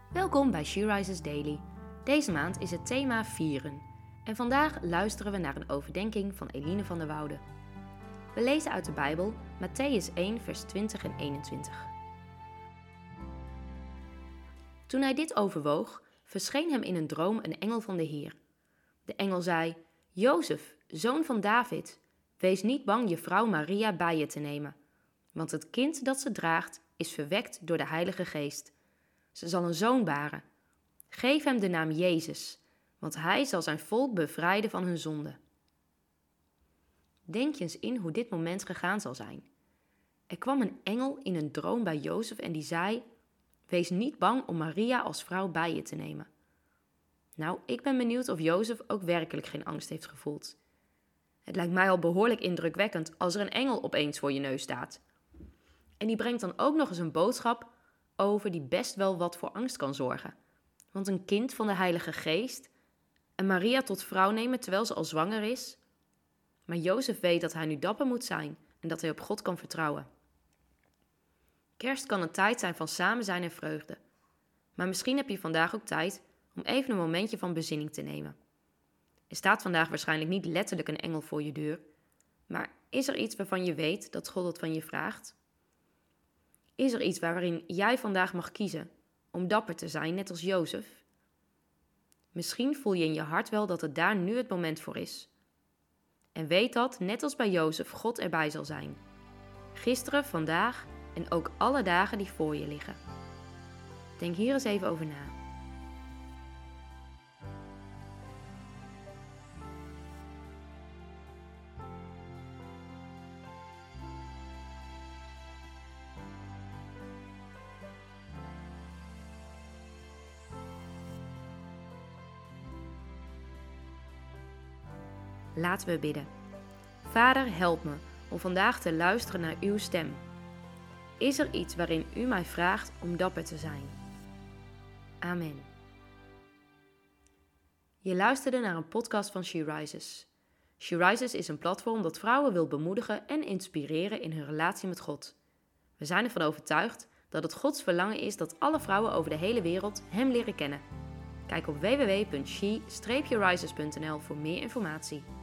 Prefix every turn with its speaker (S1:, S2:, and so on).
S1: Welkom bij She Rises Daily. Deze maand is het thema vieren. En vandaag luisteren we naar een overdenking van Eline van der Woude. We lezen uit de Bijbel Mattheüs 1 vers 20 en 21. Toen hij dit overwoog, verscheen hem in een droom een engel van de Heer. De engel zei: Jozef, zoon van David, wees niet bang je vrouw Maria bij je te nemen. Want het kind dat ze draagt is verwekt door de Heilige Geest. Ze zal een zoon baren. Geef hem de naam Jezus, want hij zal zijn volk bevrijden van hun zonde. Denk je eens in hoe dit moment gegaan zal zijn. Er kwam een engel in een droom bij Jozef en die zei: wees niet bang om Maria als vrouw bij je te nemen. Nou, ik ben benieuwd of Jozef ook werkelijk geen angst heeft gevoeld. Het lijkt mij al behoorlijk indrukwekkend als er een engel opeens voor je neus staat. En die brengt dan ook nog eens een boodschap over die best wel wat voor angst kan zorgen. Want een kind van de Heilige Geest en Maria tot vrouw nemen terwijl ze al zwanger is. Maar Jozef weet dat hij nu dapper moet zijn en dat hij op God kan vertrouwen. Kerst kan een tijd zijn van samen zijn en vreugde. Maar misschien heb je vandaag ook tijd om even een momentje van bezinning te nemen. Er staat vandaag waarschijnlijk niet letterlijk een engel voor je deur. Maar is er iets waarvan je weet dat God het van je vraagt? Is er iets waarin jij vandaag mag kiezen om dapper te zijn, net als Jozef? Misschien voel je in je hart wel dat het daar nu het moment voor is. En weet dat, net als bij Jozef, God erbij zal zijn. Gisteren, vandaag en ook alle dagen die voor je liggen. Denk hier eens even over na. Laten we bidden. Vader, help me om vandaag te luisteren naar uw stem. Is er iets waarin u mij vraagt om dapper te zijn? Amen. Je luisterde naar een podcast van She Rises. She Rises is een platform dat vrouwen wil bemoedigen en inspireren in hun relatie met God. We zijn ervan overtuigd dat het Gods verlangen is dat alle vrouwen over de hele wereld Hem leren kennen. Kijk op www.she-rises.nl voor meer informatie.